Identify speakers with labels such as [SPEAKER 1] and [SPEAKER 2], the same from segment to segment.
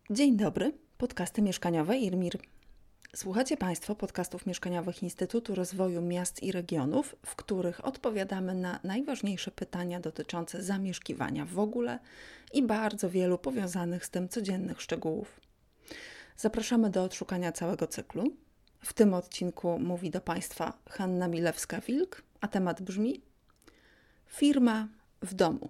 [SPEAKER 1] Dzień dobry, podcasty mieszkaniowe IRMIR. Słuchacie Państwo podcastów mieszkaniowych Instytutu Rozwoju Miast i Regionów, w których odpowiadamy na najważniejsze pytania dotyczące zamieszkiwania w ogóle i bardzo wielu powiązanych z tym codziennych szczegółów. Zapraszamy do odszukania całego cyklu. W tym odcinku mówi do Państwa Hanna Milewska-Wilk, a temat brzmi: firma w domu.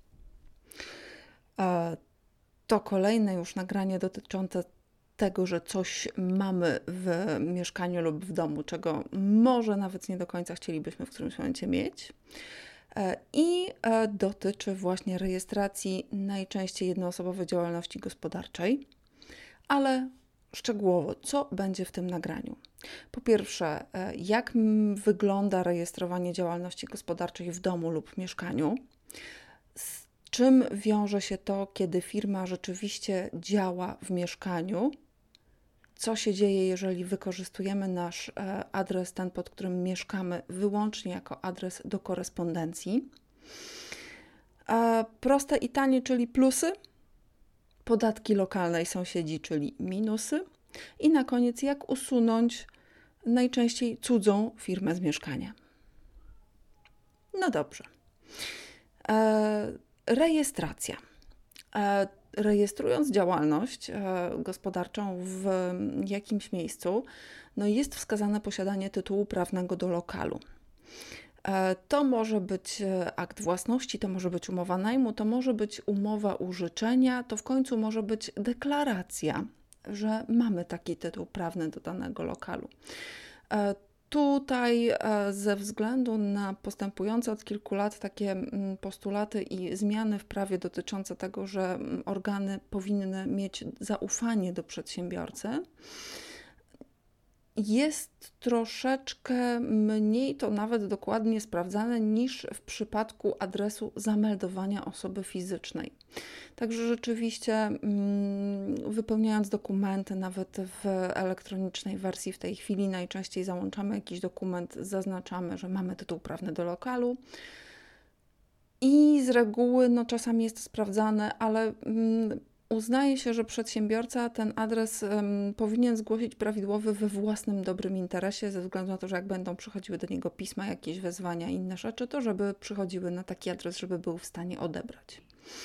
[SPEAKER 1] To kolejne już nagranie dotyczące tego, że coś mamy w mieszkaniu lub w domu, czego może nawet nie do końca chcielibyśmy w którymś momencie mieć. I dotyczy właśnie rejestracji najczęściej jednoosobowej działalności gospodarczej, ale szczegółowo, co będzie w tym nagraniu? Po pierwsze, jak wygląda rejestrowanie działalności gospodarczej w domu lub w mieszkaniu? Czym wiąże się to, kiedy firma rzeczywiście działa w mieszkaniu? Co się dzieje, jeżeli wykorzystujemy nasz adres, ten, pod którym mieszkamy, wyłącznie jako adres do korespondencji? Proste i tanie, czyli plusy, podatki lokalne i sąsiedzi, czyli minusy. I na koniec, jak usunąć najczęściej cudzą firmę z mieszkania. No dobrze. Rejestracja. Rejestrując działalność gospodarczą w jakimś miejscu, jest wskazane posiadanie tytułu prawnego do lokalu. To może być akt własności, to może być umowa najmu, to może być umowa użyczenia, to w końcu może być deklaracja, że mamy taki tytuł prawny do danego lokalu. Tutaj ze względu na postępujące od kilku lat takie postulaty i zmiany w prawie dotyczące tego, że organy powinny mieć zaufanie do przedsiębiorcy, jest troszeczkę mniej to nawet dokładnie sprawdzane niż w przypadku adresu zameldowania osoby fizycznej. Także rzeczywiście wypełniając dokumenty, nawet w elektronicznej wersji w tej chwili najczęściej załączamy jakiś dokument, zaznaczamy, że mamy tytuł prawny do lokalu i z reguły czasami jest to sprawdzane, ale uznaje się, że przedsiębiorca ten adres powinien zgłosić prawidłowy we własnym dobrym interesie, ze względu na to, że jak będą przychodziły do niego pisma, jakieś wezwania i inne rzeczy, to żeby przychodziły na taki adres, żeby był w stanie odebrać.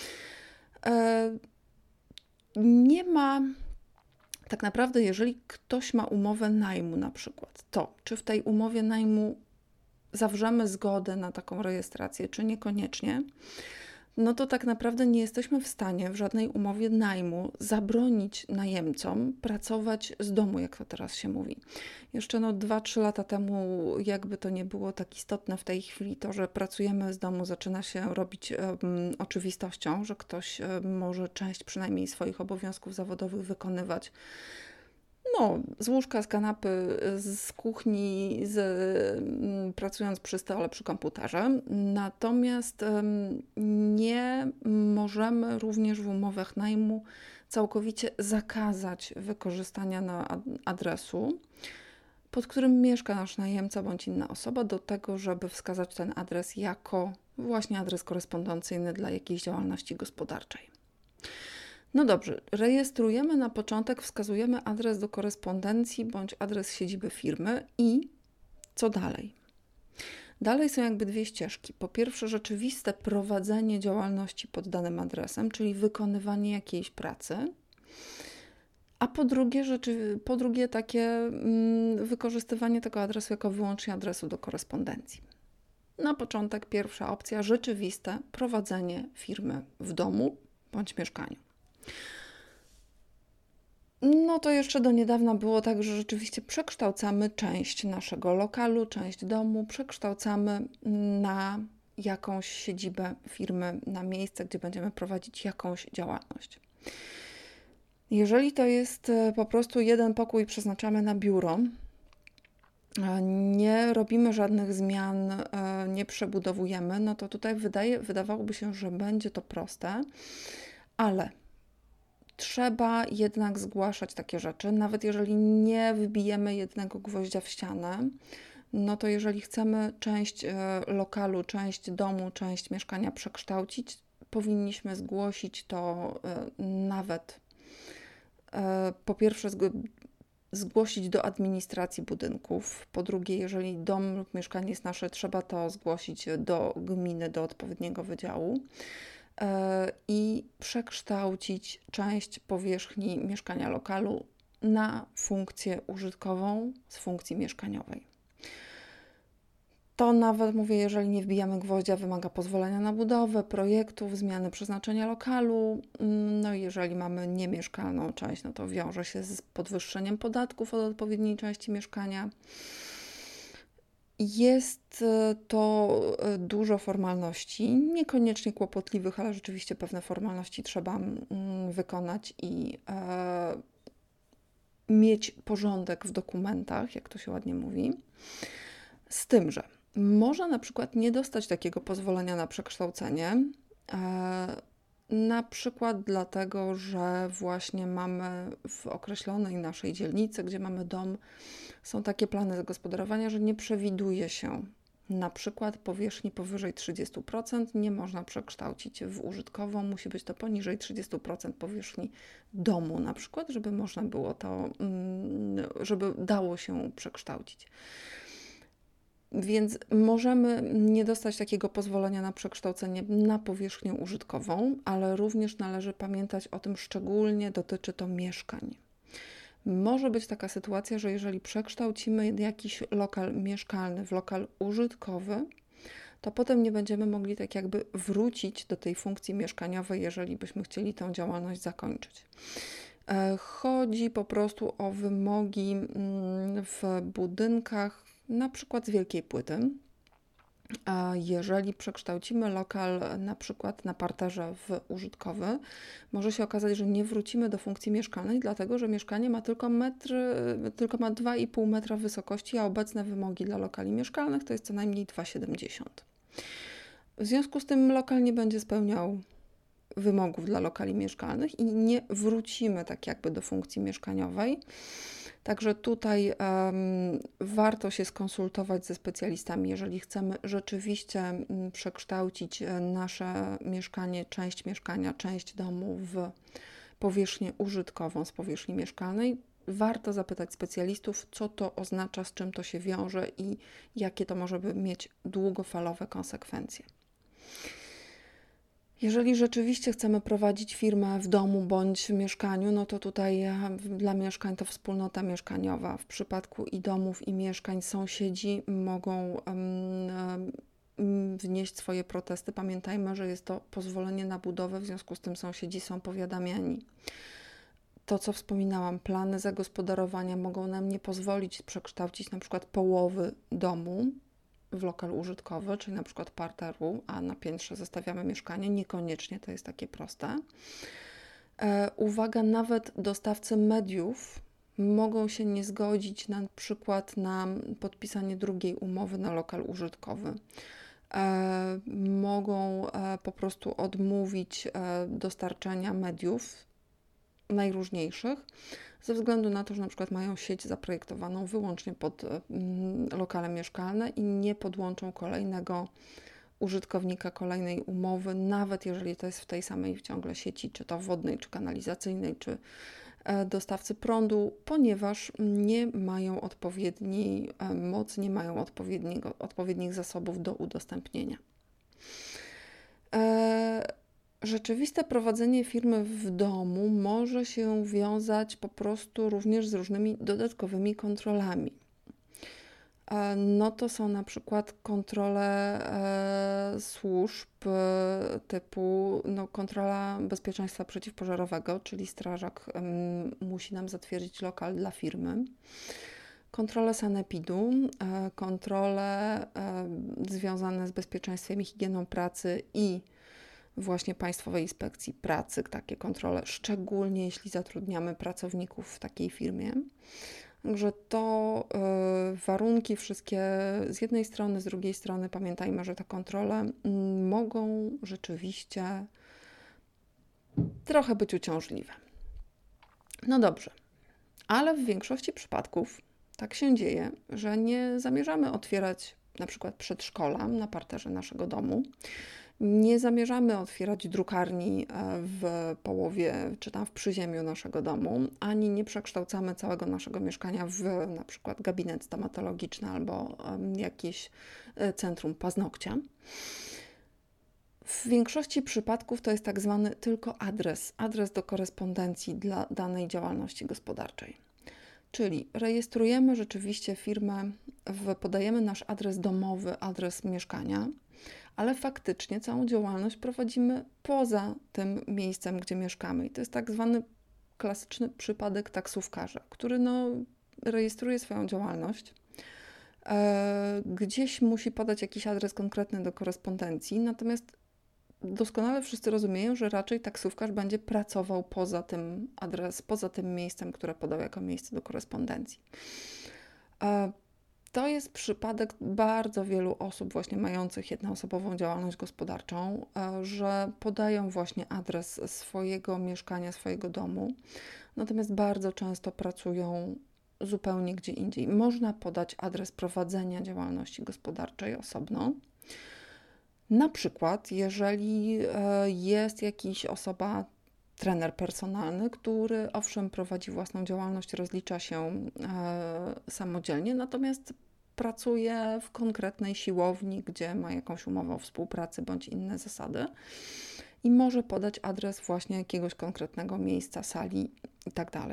[SPEAKER 1] Nie ma tak naprawdę, jeżeli ktoś ma umowę najmu na przykład, to czy w tej umowie najmu zawrzemy zgodę na taką rejestrację, czy niekoniecznie, to tak naprawdę nie jesteśmy w stanie w żadnej umowie najmu zabronić najemcom pracować z domu, jak to teraz się mówi. Jeszcze 2-3 lata temu, jakby to nie było tak istotne, w tej chwili to, że pracujemy z domu, zaczyna się robić oczywistością, że ktoś może część przynajmniej swoich obowiązków zawodowych wykonywać z łóżka, z kanapy, z kuchni, pracując przy stole, przy komputerze. Natomiast nie możemy również w umowach najmu całkowicie zakazać wykorzystania adresu, pod którym mieszka nasz najemca bądź inna osoba, do tego, żeby wskazać ten adres jako właśnie adres korespondencyjny dla jakiejś działalności gospodarczej. No dobrze, rejestrujemy na początek, wskazujemy adres do korespondencji bądź adres siedziby firmy i co dalej? Dalej są jakby dwie ścieżki. Po pierwsze, rzeczywiste prowadzenie działalności pod danym adresem, czyli wykonywanie jakiejś pracy, a po drugie takie wykorzystywanie tego adresu jako wyłącznie adresu do korespondencji. Na początek pierwsza opcja, rzeczywiste prowadzenie firmy w domu bądź mieszkaniu. To jeszcze do niedawna było tak, że rzeczywiście przekształcamy część naszego lokalu, część domu, przekształcamy na jakąś siedzibę firmy, na miejsce, gdzie będziemy prowadzić jakąś działalność. Jeżeli to jest po prostu jeden pokój, przeznaczamy na biuro, nie robimy żadnych zmian, nie przebudowujemy, to tutaj wydawałoby się, że będzie to proste, ale trzeba jednak zgłaszać takie rzeczy, nawet jeżeli nie wbijemy jednego gwoździa w ścianę, to jeżeli chcemy część lokalu, część domu, część mieszkania przekształcić, powinniśmy zgłosić to nawet po pierwsze zgłosić do administracji budynków. Po drugie, jeżeli dom lub mieszkanie jest nasze, trzeba to zgłosić do gminy, do odpowiedniego wydziału i przekształcić część powierzchni mieszkania lokalu na funkcję użytkową z funkcji mieszkaniowej. To nawet, mówię, jeżeli nie wbijamy gwoździa, wymaga pozwolenia na budowę, projektów, zmiany przeznaczenia lokalu. No i jeżeli mamy niemieszkalną część, no to wiąże się z podwyższeniem podatków od odpowiedniej części mieszkania. Jest to dużo formalności, niekoniecznie kłopotliwych, ale rzeczywiście pewne formalności trzeba wykonać i mieć porządek w dokumentach, jak to się ładnie mówi. Z tym, że można na przykład nie dostać takiego pozwolenia na przekształcenie, na przykład dlatego, że właśnie mamy w określonej naszej dzielnicy, gdzie mamy dom, są takie plany zagospodarowania, że nie przewiduje się na przykład powierzchni powyżej 30%, nie można przekształcić w użytkową, musi być to poniżej 30% powierzchni domu na przykład, żeby można było to, żeby dało się przekształcić. Więc możemy nie dostać takiego pozwolenia na przekształcenie na powierzchnię użytkową, ale również należy pamiętać o tym, szczególnie dotyczy to mieszkań. Może być taka sytuacja, że jeżeli przekształcimy jakiś lokal mieszkalny w lokal użytkowy, to potem nie będziemy mogli tak jakby wrócić do tej funkcji mieszkaniowej, jeżeli byśmy chcieli tę działalność zakończyć. Chodzi po prostu o wymogi w budynkach, na przykład z wielkiej płyty. Jeżeli przekształcimy lokal na przykład na parterze w użytkowy, może się okazać, że nie wrócimy do funkcji mieszkalnej, dlatego że mieszkanie ma tylko ma 2,5 metra wysokości, a obecne wymogi dla lokali mieszkalnych to jest co najmniej 2,70. W związku z tym lokal nie będzie spełniał wymogów dla lokali mieszkalnych i nie wrócimy tak jakby do funkcji mieszkaniowej. Także tutaj warto się skonsultować ze specjalistami, jeżeli chcemy rzeczywiście przekształcić nasze mieszkanie, część mieszkania, część domu w powierzchnię użytkową z powierzchni mieszkalnej. Warto zapytać specjalistów, co to oznacza, z czym to się wiąże i jakie to może mieć długofalowe konsekwencje. Jeżeli rzeczywiście chcemy prowadzić firmę w domu bądź w mieszkaniu, no to tutaj dla mieszkań to wspólnota mieszkaniowa. W przypadku i domów, i mieszkań sąsiedzi mogą wnieść swoje protesty. Pamiętajmy, że jest to pozwolenie na budowę, w związku z tym sąsiedzi są powiadamiani. To, co wspominałam, plany zagospodarowania mogą nam nie pozwolić przekształcić na przykład połowy domu w lokal użytkowy, czyli na przykład parteru, a na piętrze zostawiamy mieszkanie. Niekoniecznie to jest takie proste. Uwaga, nawet dostawcy mediów mogą się nie zgodzić na przykład na podpisanie drugiej umowy na lokal użytkowy. Mogą po prostu odmówić dostarczenia mediów najróżniejszych, ze względu na to, że na przykład mają sieć zaprojektowaną wyłącznie pod lokale mieszkalne i nie podłączą kolejnego użytkownika, kolejnej umowy, nawet jeżeli to jest w tej samej ciągle sieci, czy to wodnej, czy kanalizacyjnej, czy dostawcy prądu, ponieważ nie mają odpowiedniej mocy, nie mają odpowiednich zasobów do udostępnienia. Rzeczywiste prowadzenie firmy w domu może się wiązać po prostu również z różnymi dodatkowymi kontrolami. No to są na przykład kontrole służb typu kontrola bezpieczeństwa przeciwpożarowego, czyli strażak musi nam zatwierdzić lokal dla firmy. Kontrole sanepidu, kontrole związane z bezpieczeństwem i higieną pracy i właśnie Państwowej Inspekcji Pracy, takie kontrole, szczególnie jeśli zatrudniamy pracowników w takiej firmie. Także to warunki wszystkie z jednej strony, z drugiej strony pamiętajmy, że te kontrole mogą rzeczywiście trochę być uciążliwe. No dobrze, ale w większości przypadków tak się dzieje, że nie zamierzamy otwierać na przykład przedszkola na parterze naszego domu. Nie zamierzamy otwierać drukarni w połowie czy tam w przyziemiu naszego domu, ani nie przekształcamy całego naszego mieszkania w na przykład gabinet stomatologiczny albo jakieś centrum paznokcia. W większości przypadków to jest tak zwany tylko adres do korespondencji dla danej działalności gospodarczej. Czyli rejestrujemy rzeczywiście firmę, podajemy nasz adres domowy, adres mieszkania, ale faktycznie całą działalność prowadzimy poza tym miejscem, gdzie mieszkamy. I to jest tak zwany klasyczny przypadek taksówkarza, który rejestruje swoją działalność. Gdzieś musi podać jakiś adres konkretny do korespondencji, natomiast doskonale wszyscy rozumieją, że raczej taksówkarz będzie pracował poza tym miejscem, które podał jako miejsce do korespondencji. To jest przypadek bardzo wielu osób właśnie mających jednoosobową działalność gospodarczą, że podają właśnie adres swojego mieszkania, swojego domu, natomiast bardzo często pracują zupełnie gdzie indziej. Można podać adres prowadzenia działalności gospodarczej osobno. Na przykład, jeżeli jest jakiś trener personalny, który owszem prowadzi własną działalność, rozlicza się samodzielnie, natomiast pracuje w konkretnej siłowni, gdzie ma jakąś umowę o współpracy bądź inne zasady i może podać adres właśnie jakiegoś konkretnego miejsca, sali itd.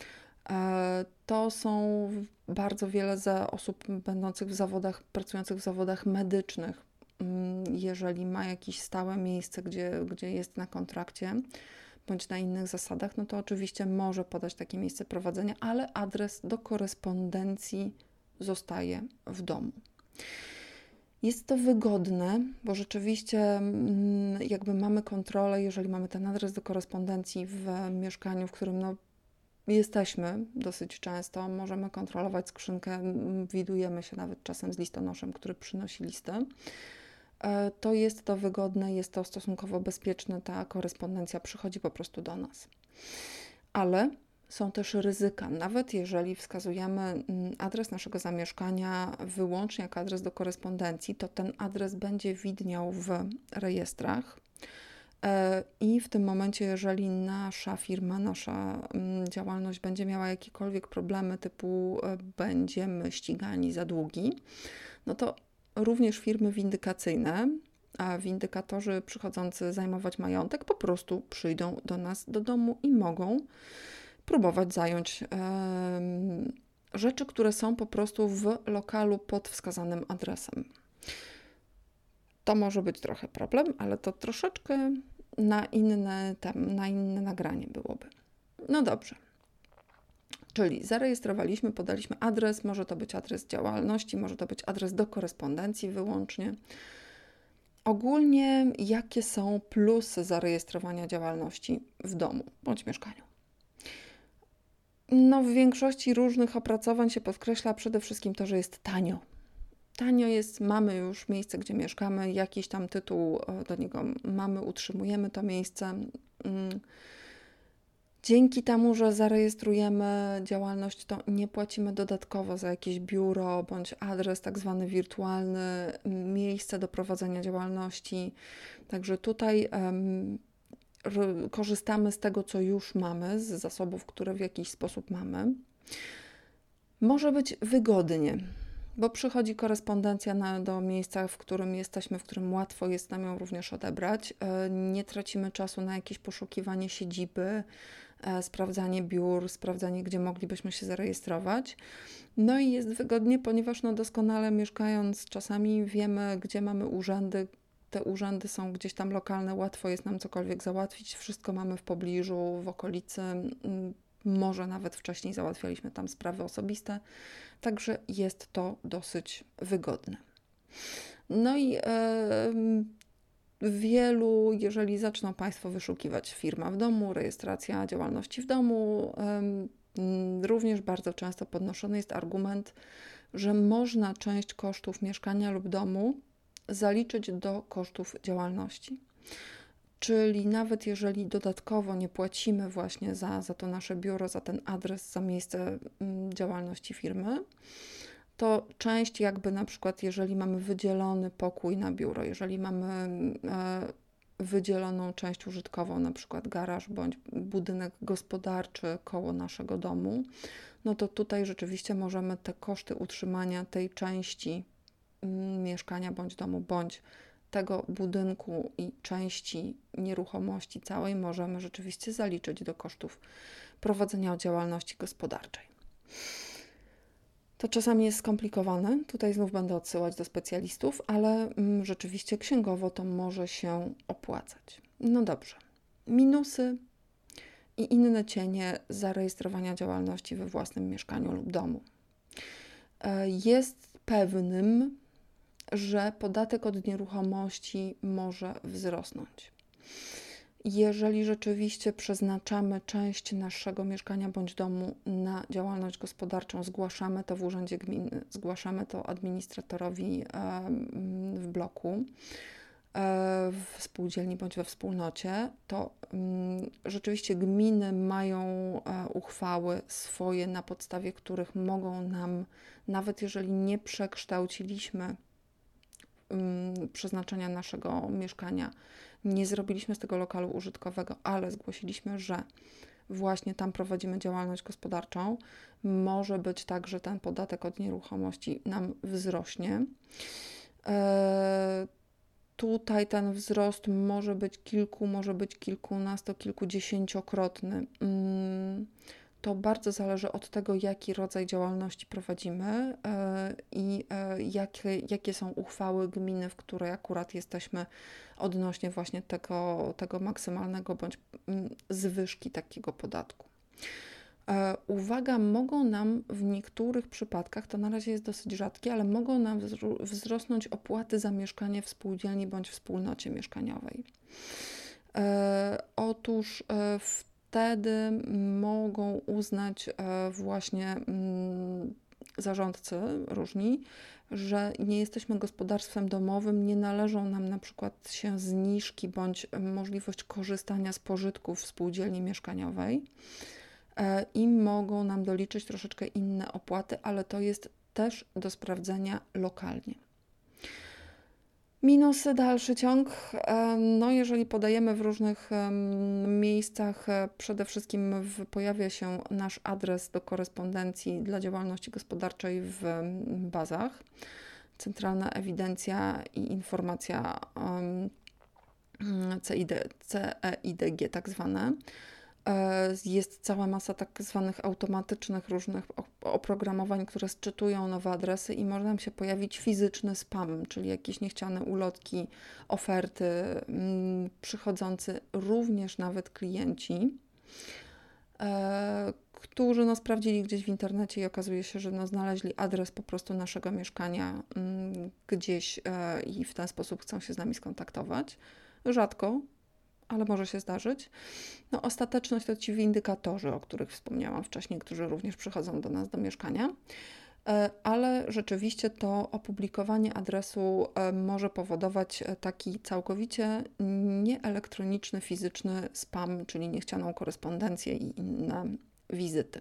[SPEAKER 1] To są bardzo wiele osób będących w zawodach, pracujących w zawodach medycznych. Jeżeli ma jakieś stałe miejsce, gdzie jest na kontrakcie bądź na innych zasadach, no to oczywiście może podać takie miejsce prowadzenia, ale adres do korespondencji zostaje w domu. Jest to wygodne, bo rzeczywiście jakby mamy kontrolę, jeżeli mamy ten adres do korespondencji w mieszkaniu, w którym jesteśmy dosyć często, możemy kontrolować skrzynkę, widujemy się nawet czasem z listonoszem, który przynosi listy. To jest to wygodne, jest to stosunkowo bezpieczne, ta korespondencja przychodzi po prostu do nas. Ale są też ryzyka. Nawet jeżeli wskazujemy adres naszego zamieszkania wyłącznie jako adres do korespondencji, to ten adres będzie widniał w rejestrach i w tym momencie, jeżeli nasza firma, nasza działalność będzie miała jakiekolwiek problemy typu będziemy ścigani za długi, no to również firmy windykacyjne, a windykatorzy przychodzący zajmować majątek po prostu przyjdą do nas do domu i mogą próbować zająć rzeczy, które są po prostu w lokalu pod wskazanym adresem. To może być trochę problem, ale to troszeczkę na inne nagranie byłoby. No dobrze. Czyli zarejestrowaliśmy, podaliśmy adres, może to być adres działalności, może to być adres do korespondencji wyłącznie. Ogólnie jakie są plusy zarejestrowania działalności w domu bądź mieszkaniu? W większości różnych opracowań się podkreśla przede wszystkim to, że jest tanio. Tanio jest, mamy już miejsce, gdzie mieszkamy, jakiś tam tytuł do niego mamy, utrzymujemy to miejsce. Dzięki temu, że zarejestrujemy działalność, to nie płacimy dodatkowo za jakieś biuro bądź adres tak zwany wirtualny, miejsce do prowadzenia działalności. Także tutaj korzystamy z tego, co już mamy, z zasobów, które w jakiś sposób mamy. Może być wygodnie, bo przychodzi korespondencja do miejsca, w którym jesteśmy, w którym łatwo jest nam ją również odebrać. Nie tracimy czasu na jakieś poszukiwanie siedziby, sprawdzanie biur, sprawdzanie, gdzie moglibyśmy się zarejestrować. No i jest wygodnie, ponieważ doskonale mieszkając czasami wiemy, gdzie mamy urzędy. Te urzędy są gdzieś tam lokalne, łatwo jest nam cokolwiek załatwić. Wszystko mamy w pobliżu, w okolicy. Może nawet wcześniej załatwialiśmy tam sprawy osobiste. Także jest to dosyć wygodne. No i jeżeli zaczną Państwo wyszukiwać firma w domu, rejestracja działalności w domu, również bardzo często podnoszony jest argument, że można część kosztów mieszkania lub domu zaliczyć do kosztów działalności. Czyli nawet jeżeli dodatkowo nie płacimy właśnie za to nasze biuro, za ten adres, za miejsce działalności firmy, to część jakby na przykład, jeżeli mamy wydzielony pokój na biuro, jeżeli mamy wydzieloną część użytkową, na przykład garaż bądź budynek gospodarczy koło naszego domu, no to tutaj rzeczywiście możemy te koszty utrzymania tej części mieszkania bądź domu, bądź tego budynku i części nieruchomości całej możemy rzeczywiście zaliczyć do kosztów prowadzenia działalności gospodarczej. To czasami jest skomplikowane, tutaj znów będę odsyłać do specjalistów, ale rzeczywiście księgowo to może się opłacać. No dobrze, minusy i inne cienie zarejestrowania działalności we własnym mieszkaniu lub domu. Jest pewnym, że podatek od nieruchomości może wzrosnąć. Jeżeli rzeczywiście przeznaczamy część naszego mieszkania bądź domu na działalność gospodarczą, zgłaszamy to w urzędzie gminy, zgłaszamy to administratorowi w bloku, w spółdzielni bądź we wspólnocie, to rzeczywiście gminy mają uchwały swoje, na podstawie których mogą nam, nawet jeżeli nie przekształciliśmy przeznaczenia naszego mieszkania, nie zrobiliśmy z tego lokalu użytkowego, ale zgłosiliśmy, że właśnie tam prowadzimy działalność gospodarczą, może być tak, że ten podatek od nieruchomości nam wzrośnie. Tutaj ten wzrost może być kilkunasto, kilkudziesięciokrotny. To bardzo zależy od tego, jaki rodzaj działalności prowadzimy i jakie są uchwały gminy, w której akurat jesteśmy odnośnie właśnie tego maksymalnego bądź zwyżki takiego podatku. Uwaga, mogą nam w niektórych przypadkach, to na razie jest dosyć rzadkie, ale mogą nam wzrosnąć opłaty za mieszkanie w spółdzielni bądź wspólnocie mieszkaniowej. Otóż wtedy mogą uznać właśnie zarządcy różni, że nie jesteśmy gospodarstwem domowym, nie należą nam na przykład się zniżki bądź możliwość korzystania z pożytków w spółdzielni mieszkaniowej i mogą nam doliczyć troszeczkę inne opłaty, ale to jest też do sprawdzenia lokalnie. Minusy, dalszy ciąg. No jeżeli podajemy w różnych miejscach, przede wszystkim pojawia się nasz adres do korespondencji dla działalności gospodarczej w bazach. Centralna Ewidencja i Informacja CEIDG tak zwane. Jest cała masa tak zwanych automatycznych różnych oprogramowań, które sczytują nowe adresy i może nam się pojawić fizyczny spam, czyli jakieś niechciane ulotki, oferty, przychodzący również nawet klienci, którzy sprawdzili gdzieś w internecie i okazuje się, że znaleźli adres po prostu naszego mieszkania gdzieś i w ten sposób chcą się z nami skontaktować. Rzadko, ale może się zdarzyć. Ostateczność to ci windykatorzy, o których wspomniałam wcześniej, którzy również przychodzą do nas do mieszkania, ale rzeczywiście to opublikowanie adresu może powodować taki całkowicie nieelektroniczny, fizyczny spam, czyli niechcianą korespondencję i inne wizyty.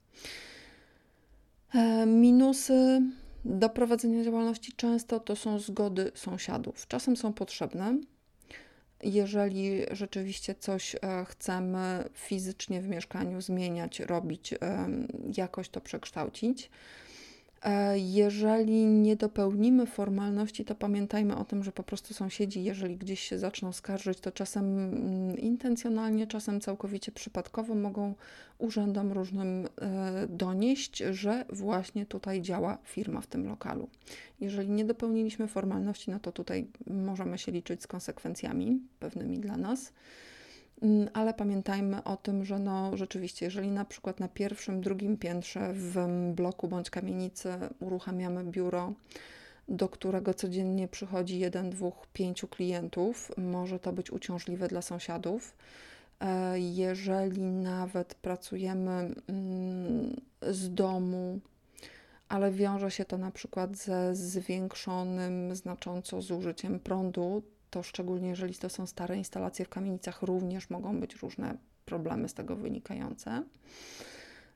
[SPEAKER 1] Minusy do prowadzenia działalności często to są zgody sąsiadów. Czasem są potrzebne, jeżeli rzeczywiście coś chcemy fizycznie w mieszkaniu zmieniać, robić, jakoś to przekształcić. Jeżeli nie dopełnimy formalności, to pamiętajmy o tym, że po prostu sąsiedzi, jeżeli gdzieś się zaczną skarżyć, to czasem intencjonalnie, czasem całkowicie przypadkowo mogą urzędom różnym donieść, że właśnie tutaj działa firma w tym lokalu. Jeżeli nie dopełniliśmy formalności, no to tutaj możemy się liczyć z konsekwencjami pewnymi dla nas. Ale pamiętajmy o tym, że rzeczywiście, jeżeli na przykład na pierwszym, drugim piętrze w bloku bądź kamienicy uruchamiamy biuro, do którego codziennie przychodzi 1, 2, 5 klientów, może to być uciążliwe dla sąsiadów. Jeżeli nawet pracujemy z domu, ale wiąże się to na przykład ze zwiększonym znacząco zużyciem prądu, to szczególnie jeżeli to są stare instalacje w kamienicach, również mogą być różne problemy z tego wynikające.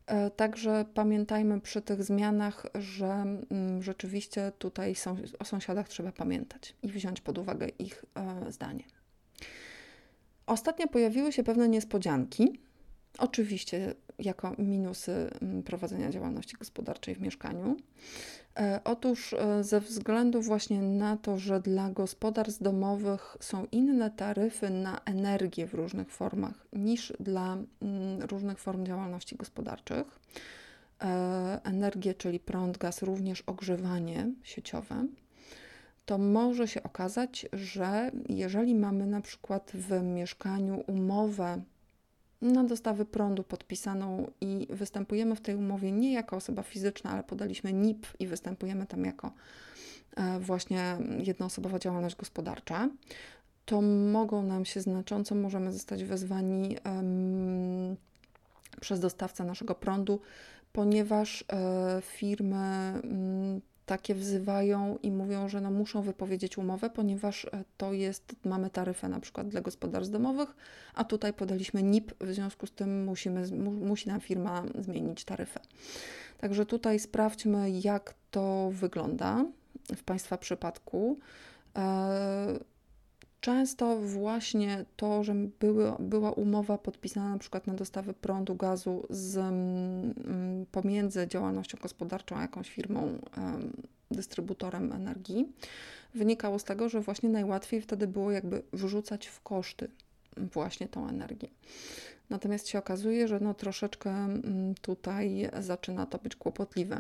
[SPEAKER 1] Także pamiętajmy przy tych zmianach, że rzeczywiście tutaj o sąsiadach trzeba pamiętać i wziąć pod uwagę ich zdanie. Ostatnio pojawiły się pewne niespodzianki, oczywiście jako minusy prowadzenia działalności gospodarczej w mieszkaniu. Otóż ze względu właśnie na to, że dla gospodarstw domowych są inne taryfy na energię w różnych formach niż dla różnych form działalności gospodarczych, energię, czyli prąd, gaz, również ogrzewanie sieciowe, to może się okazać, że jeżeli mamy na przykład w mieszkaniu umowę na dostawy prądu podpisaną i występujemy w tej umowie nie jako osoba fizyczna, ale podaliśmy NIP i występujemy tam jako właśnie jednoosobowa działalność gospodarcza, to możemy zostać wezwani przez dostawcę naszego prądu, ponieważ firmy takie wzywają i mówią, że muszą wypowiedzieć umowę, ponieważ mamy taryfę na przykład dla gospodarstw domowych, a tutaj podaliśmy NIP, w związku z tym musi nam firma zmienić taryfę. Także tutaj sprawdźmy, jak to wygląda w Państwa przypadku. Często właśnie to, że była umowa podpisana na przykład na dostawy prądu, gazu pomiędzy działalnością gospodarczą a jakąś firmą, dystrybutorem energii, wynikało z tego, że właśnie najłatwiej wtedy było jakby wrzucać w koszty właśnie tą energię. Natomiast się okazuje, że troszeczkę tutaj zaczyna to być kłopotliwe.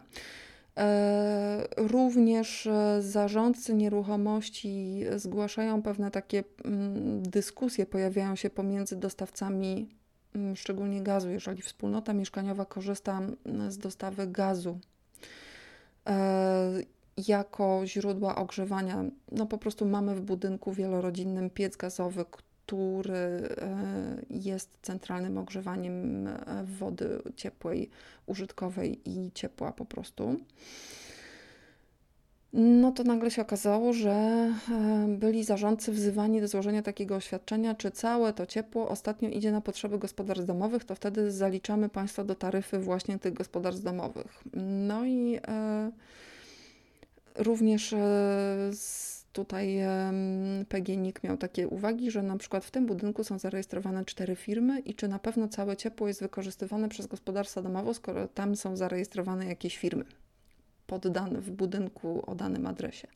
[SPEAKER 1] Również zarządcy nieruchomości zgłaszają pewne takie dyskusje, pojawiają się pomiędzy dostawcami, szczególnie gazu, jeżeli wspólnota mieszkaniowa korzysta z dostawy gazu jako źródła ogrzewania. Po prostu mamy w budynku wielorodzinnym piec gazowy, który jest centralnym ogrzewaniem wody ciepłej, użytkowej i ciepła po prostu. To nagle się okazało, że byli zarządcy wzywani do złożenia takiego oświadczenia, czy całe to ciepło ostatnio idzie na potrzeby gospodarstw domowych, to wtedy zaliczamy Państwa do taryfy właśnie tych gospodarstw domowych. I również tutaj PGNiG miał takie uwagi, że na przykład w tym budynku są zarejestrowane 4 firmy i czy na pewno całe ciepło jest wykorzystywane przez gospodarstwa domowe, skoro tam są zarejestrowane jakieś firmy w budynku o danym adresie.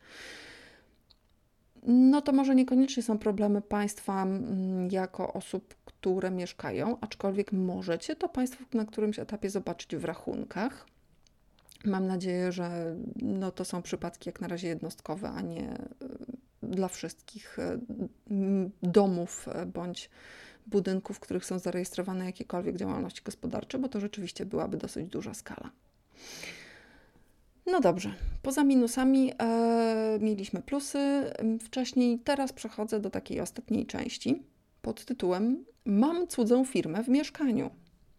[SPEAKER 1] To może niekoniecznie są problemy Państwa jako osób, które mieszkają, aczkolwiek możecie to Państwo na którymś etapie zobaczyć w rachunkach. Mam nadzieję, że to są przypadki jak na razie jednostkowe, a nie dla wszystkich domów bądź budynków, w których są zarejestrowane jakiekolwiek działalności gospodarcze, bo to rzeczywiście byłaby dosyć duża skala. Dobrze, poza minusami mieliśmy plusy wcześniej, teraz przechodzę do takiej ostatniej części pod tytułem Mam cudzą firmę w mieszkaniu.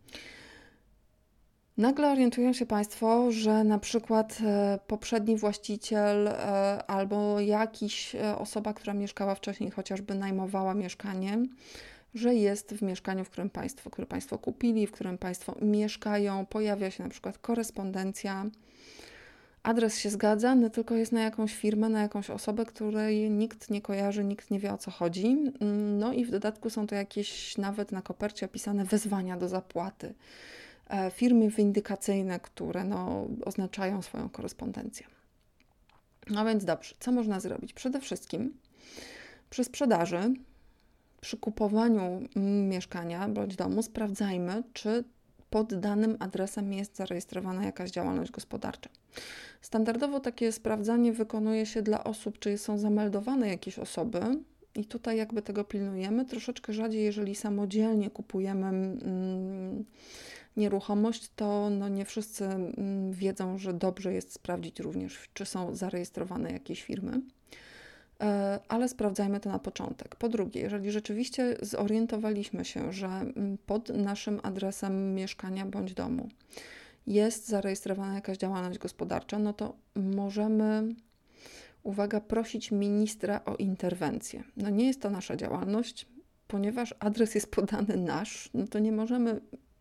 [SPEAKER 1] Nagle orientują się Państwo, że na przykład poprzedni właściciel albo jakaś osoba, która mieszkała wcześniej, chociażby najmowała mieszkanie, że jest w mieszkaniu, które Państwo kupili, w którym Państwo mieszkają, pojawia się na przykład korespondencja, adres się zgadza, tylko jest na jakąś firmę, na jakąś osobę, której nikt nie kojarzy, nikt nie wie, o co chodzi. I w dodatku są to jakieś nawet na kopercie opisane wezwania do zapłaty. Firmy windykacyjne, które oznaczają swoją korespondencję. Więc dobrze, co można zrobić? Przede wszystkim przy sprzedaży, przy kupowaniu mieszkania bądź domu sprawdzajmy, czy pod danym adresem jest zarejestrowana jakaś działalność gospodarcza. Standardowo takie sprawdzanie wykonuje się dla osób, czy są zameldowane jakieś osoby i tutaj jakby tego pilnujemy. Troszeczkę rzadziej, jeżeli samodzielnie kupujemy nieruchomość, to nie wszyscy wiedzą, że dobrze jest sprawdzić również, czy są zarejestrowane jakieś firmy, ale sprawdzajmy to na początek. Po drugie, jeżeli rzeczywiście zorientowaliśmy się, że pod naszym adresem mieszkania bądź domu jest zarejestrowana jakaś działalność gospodarcza, to możemy, uwaga, prosić ministra o interwencję. Nie jest to nasza działalność, ponieważ adres jest podany nasz, to nie możemy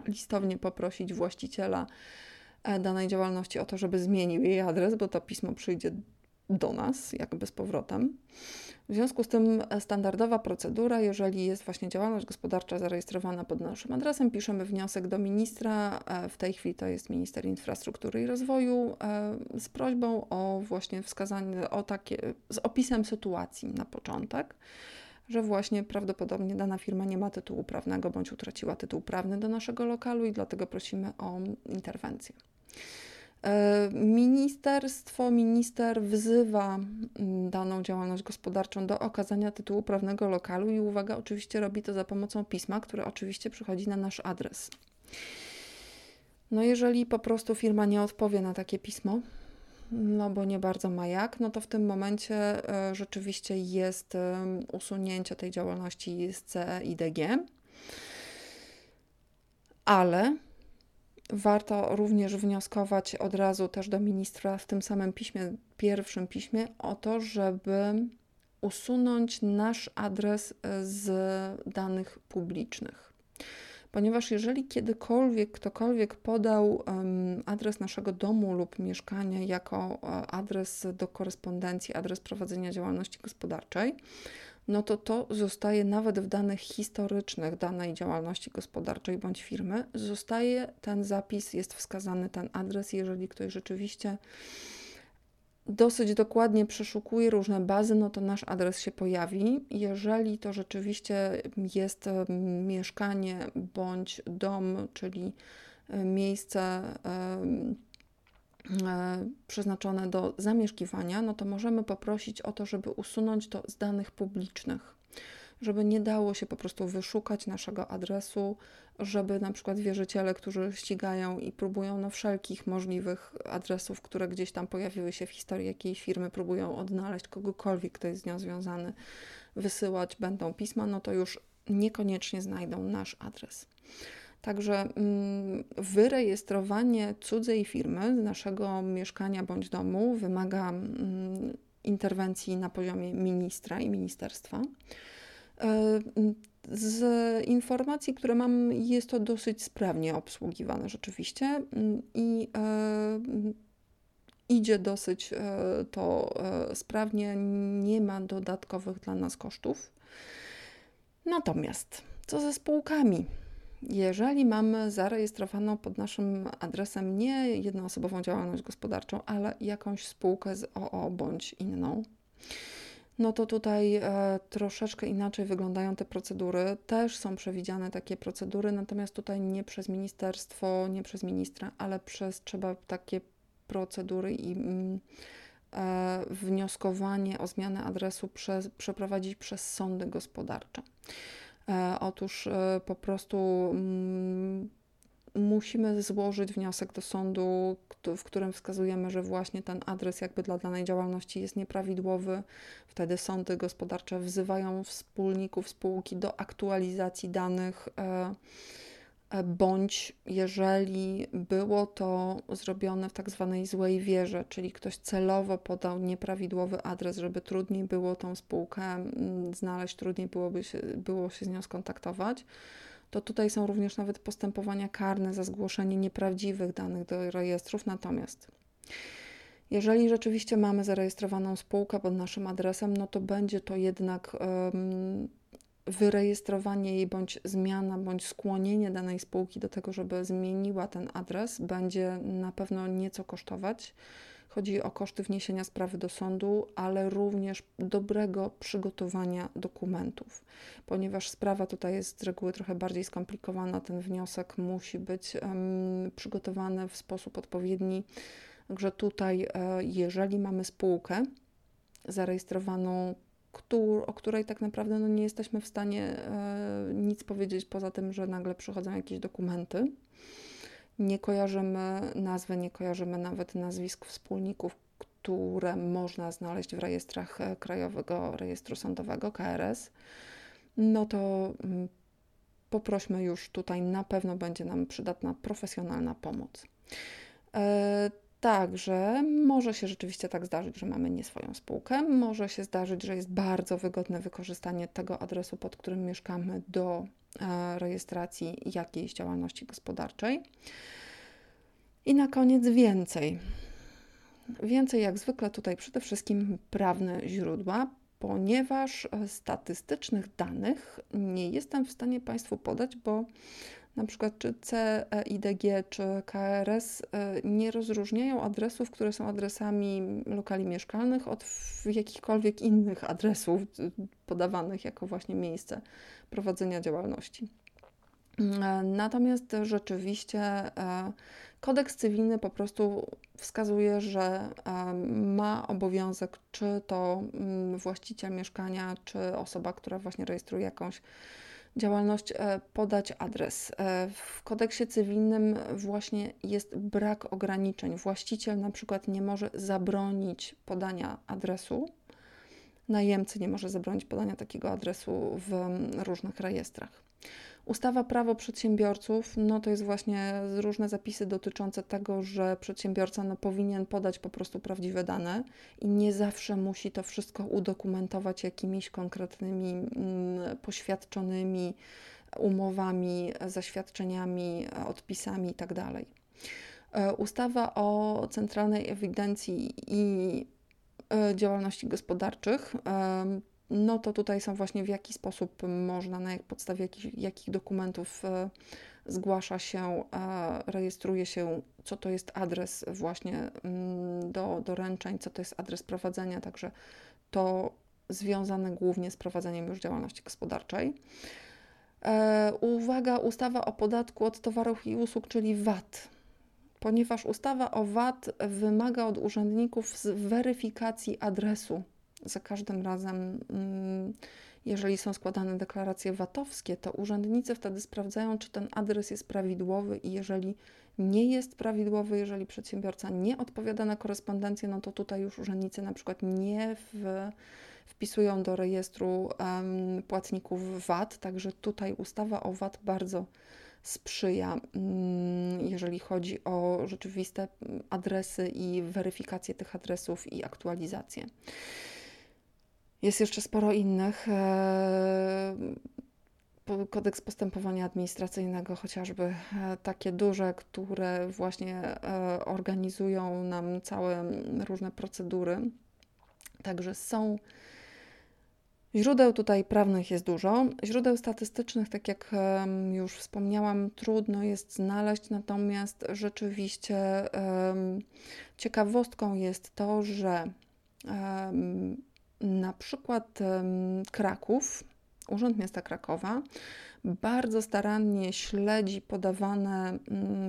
[SPEAKER 1] listownie poprosić właściciela danej działalności o to, żeby zmienił jej adres, bo to pismo przyjdzie do nas jakby z powrotem. W związku z tym standardowa procedura, jeżeli jest właśnie działalność gospodarcza zarejestrowana pod naszym adresem, piszemy wniosek do ministra, w tej chwili to jest minister infrastruktury i rozwoju, z prośbą o właśnie wskazanie, z opisem sytuacji na początek, że właśnie prawdopodobnie dana firma nie ma tytułu prawnego bądź utraciła tytuł prawny do naszego lokalu i dlatego prosimy o interwencję. Minister wzywa daną działalność gospodarczą do okazania tytułu prawnego lokalu i uwaga, oczywiście robi to za pomocą pisma, które oczywiście przychodzi na nasz adres. No jeżeli po prostu firma nie odpowie na takie pismo, no bo nie bardzo ma jak, no to w tym momencie rzeczywiście jest usunięcie tej działalności z CE i DG, ale warto również wnioskować od razu też do ministra w tym samym piśmie, pierwszym piśmie, o to, żeby usunąć nasz adres z danych publicznych. Ponieważ jeżeli kiedykolwiek ktokolwiek podał adres naszego domu lub mieszkania jako adres do korespondencji, adres prowadzenia działalności gospodarczej, no to zostaje nawet w danych historycznych danej działalności gospodarczej bądź firmy, zostaje ten zapis, jest wskazany ten adres, jeżeli ktoś rzeczywiście dosyć dokładnie przeszukuje różne bazy, no to nasz adres się pojawi. Jeżeli to rzeczywiście jest mieszkanie bądź dom, czyli miejsce przeznaczone do zamieszkiwania, no to możemy poprosić o to, żeby usunąć to z danych publicznych, żeby nie dało się po prostu wyszukać naszego adresu, żeby na przykład wierzyciele, którzy ścigają i próbują na wszelkich możliwych adresów, które gdzieś tam pojawiły się w historii jakiejś firmy, próbują odnaleźć kogokolwiek, kto jest z nią związany, wysyłać będą pisma, no to już niekoniecznie znajdą nasz adres. Także wyrejestrowanie cudzej firmy z naszego mieszkania bądź domu wymaga interwencji na poziomie ministra i ministerstwa. Z informacji, które mam, jest to dosyć sprawnie obsługiwane rzeczywiście i idzie dosyć to sprawnie, nie ma dodatkowych dla nas kosztów. Natomiast co ze spółkami? Jeżeli mamy zarejestrowaną pod naszym adresem nie jednoosobową działalność gospodarczą, ale jakąś spółkę z OO bądź inną, no to tutaj troszeczkę inaczej wyglądają te procedury. Też są przewidziane takie procedury, natomiast tutaj nie przez ministerstwo, nie przez ministra, ale trzeba takie procedury i wnioskowanie o zmianę adresu przeprowadzić przez sądy gospodarcze. Otóż po prostu musimy złożyć wniosek do sądu, w którym wskazujemy, że właśnie ten adres jakby dla danej działalności jest nieprawidłowy. Wtedy sądy gospodarcze wzywają wspólników spółki do aktualizacji danych, bądź jeżeli było to zrobione w tak zwanej złej wierze, czyli ktoś celowo podał nieprawidłowy adres, żeby trudniej było tą spółkę znaleźć, trudniej było się z nią skontaktować, to tutaj są również nawet postępowania karne za zgłoszenie nieprawdziwych danych do rejestrów. Natomiast jeżeli rzeczywiście mamy zarejestrowaną spółkę pod naszym adresem, no to będzie to jednak wyrejestrowanie jej bądź zmiana, bądź skłonienie danej spółki do tego, żeby zmieniła ten adres, będzie na pewno nieco kosztować. Chodzi o koszty wniesienia sprawy do sądu, ale również dobrego przygotowania dokumentów, ponieważ sprawa tutaj jest z reguły trochę bardziej skomplikowana, ten wniosek musi być przygotowany w sposób odpowiedni. Także tutaj, jeżeli mamy spółkę zarejestrowaną, o której tak naprawdę nie jesteśmy w stanie nic powiedzieć poza tym, że nagle przychodzą jakieś dokumenty. Nie kojarzymy nazwy, nie kojarzymy nawet nazwisk wspólników, które można znaleźć w rejestrach Krajowego Rejestru Sądowego, KRS, no to poprośmy już tutaj, na pewno będzie nam przydatna profesjonalna pomoc. Także może się rzeczywiście tak zdarzyć, że mamy nie swoją spółkę. Może się zdarzyć, że jest bardzo wygodne wykorzystanie tego adresu, pod którym mieszkamy, do rejestracji jakiejś działalności gospodarczej. I na koniec więcej. Więcej jak zwykle tutaj przede wszystkim prawne źródła, ponieważ statystycznych danych nie jestem w stanie Państwu podać, bo na przykład czy CEIDG czy KRS nie rozróżniają adresów, które są adresami lokali mieszkalnych od jakichkolwiek innych adresów podawanych jako właśnie miejsce prowadzenia działalności. Natomiast rzeczywiście kodeks cywilny po prostu wskazuje, że ma obowiązek, czy to właściciel mieszkania, czy osoba, która właśnie rejestruje jakąś działalność, podać adres. W kodeksie cywilnym właśnie jest brak ograniczeń. Właściciel na przykład nie może zabronić podania adresu, najemcy nie może zabronić podania takiego adresu w różnych rejestrach. Ustawa Prawo Przedsiębiorców, no to jest właśnie różne zapisy dotyczące tego, że przedsiębiorca powinien podać po prostu prawdziwe dane i nie zawsze musi to wszystko udokumentować jakimiś konkretnymi poświadczonymi umowami, zaświadczeniami, odpisami itd. Ustawa o Centralnej Ewidencji i Działalności Gospodarczych, no to tutaj są właśnie w jaki sposób można, na podstawie jakich dokumentów zgłasza się, rejestruje się, co to jest adres właśnie do doręczeń, co to jest adres prowadzenia, także to związane głównie z prowadzeniem już działalności gospodarczej. Uwaga, ustawa o podatku od towarów i usług, czyli VAT. Ponieważ ustawa o VAT wymaga od urzędników weryfikacji adresu. Za każdym razem, jeżeli są składane deklaracje VAT-owskie, to urzędnicy wtedy sprawdzają, czy ten adres jest prawidłowy i jeżeli nie jest prawidłowy, jeżeli przedsiębiorca nie odpowiada na korespondencję, no to tutaj już urzędnicy na przykład nie wpisują do rejestru płatników VAT, także tutaj ustawa o VAT bardzo sprzyja, jeżeli chodzi o rzeczywiste adresy i weryfikację tych adresów i aktualizację. Jest jeszcze sporo innych. Kodeks postępowania administracyjnego, chociażby takie duże, które właśnie organizują nam całe różne procedury. Także są źródeł tutaj prawnych jest dużo. Źródeł statystycznych, tak jak już wspomniałam, trudno jest znaleźć, natomiast rzeczywiście ciekawostką jest to, że na przykład Kraków, Urząd Miasta bardzo starannie śledzi podawane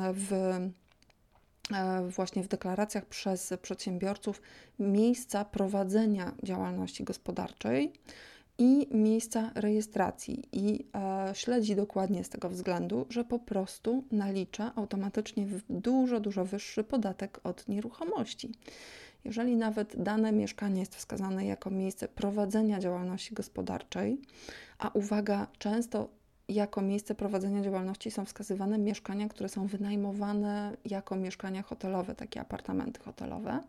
[SPEAKER 1] właśnie w deklaracjach przez przedsiębiorców miejsca prowadzenia działalności gospodarczej i miejsca rejestracji i śledzi dokładnie z tego względu, że po prostu nalicza automatycznie dużo, dużo wyższy podatek od nieruchomości. Jeżeli nawet dane mieszkanie jest wskazane jako miejsce prowadzenia działalności gospodarczej, a uwaga, często jako miejsce prowadzenia działalności są wskazywane mieszkania, które są wynajmowane jako mieszkania hotelowe, takie apartamenty hotelowe.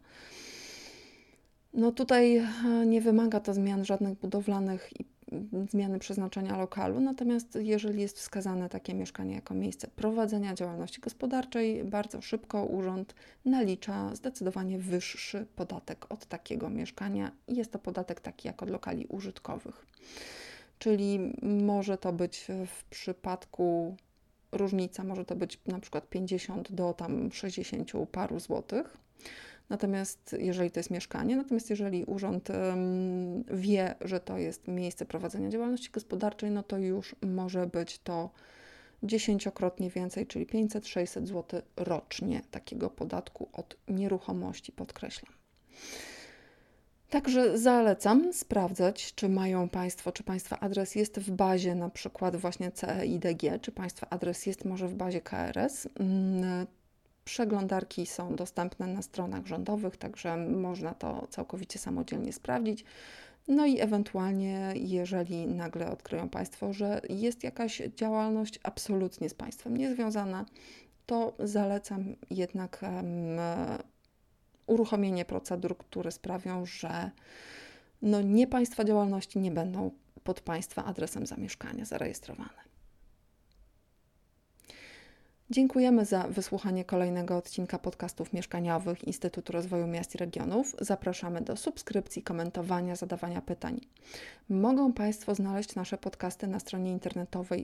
[SPEAKER 1] No tutaj nie wymaga to zmian żadnych budowlanych i zmiany przeznaczenia lokalu, natomiast jeżeli jest wskazane takie mieszkanie jako miejsce prowadzenia działalności gospodarczej, bardzo szybko urząd nalicza zdecydowanie wyższy podatek od takiego mieszkania i jest to podatek taki jak od lokali użytkowych. Czyli może to być w przypadku różnica, może to być na przykład 50 do tam 60 paru złotych. Natomiast jeżeli to jest mieszkanie, natomiast jeżeli urząd wie, że to jest miejsce prowadzenia działalności gospodarczej, no to już może być to 10-krotnie więcej, czyli 500-600 zł rocznie takiego podatku od nieruchomości, podkreślam. Także zalecam sprawdzać, czy mają Państwo, czy Państwa adres jest w bazie na przykład właśnie CEIDG, czy Państwa adres jest może w bazie KRS. Przeglądarki są dostępne na stronach rządowych, także można to całkowicie samodzielnie sprawdzić. No i ewentualnie, jeżeli nagle odkryją Państwo, że jest jakaś działalność absolutnie z Państwem niezwiązana, to zalecam jednak uruchomienie procedur, które sprawią, że nie Państwa działalności nie będą pod Państwa adresem zamieszkania zarejestrowane. Dziękujemy za wysłuchanie kolejnego odcinka podcastów mieszkaniowych Instytutu Rozwoju Miast i Regionów. Zapraszamy do subskrypcji, komentowania, zadawania pytań. Mogą Państwo znaleźć nasze podcasty na stronie internetowej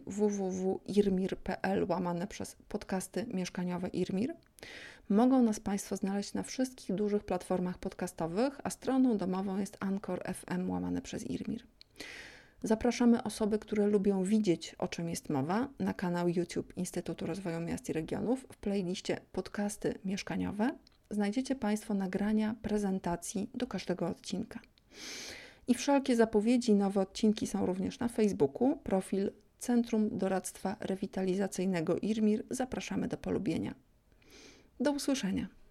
[SPEAKER 1] www.irmir.pl/podcasty mieszkaniowe IRMIR. Mogą nas Państwo znaleźć na wszystkich dużych platformach podcastowych, a stroną domową jest Anchor FM/IRMIR. Zapraszamy osoby, które lubią widzieć, o czym jest mowa, na kanał YouTube Instytutu Rozwoju Miast i Regionów. W playliście Podcasty Mieszkaniowe znajdziecie Państwo nagrania prezentacji do każdego odcinka. I wszelkie zapowiedzi, nowe odcinki są również na Facebooku. Profil Centrum Doradztwa Rewitalizacyjnego IRMIR zapraszamy do polubienia. Do usłyszenia.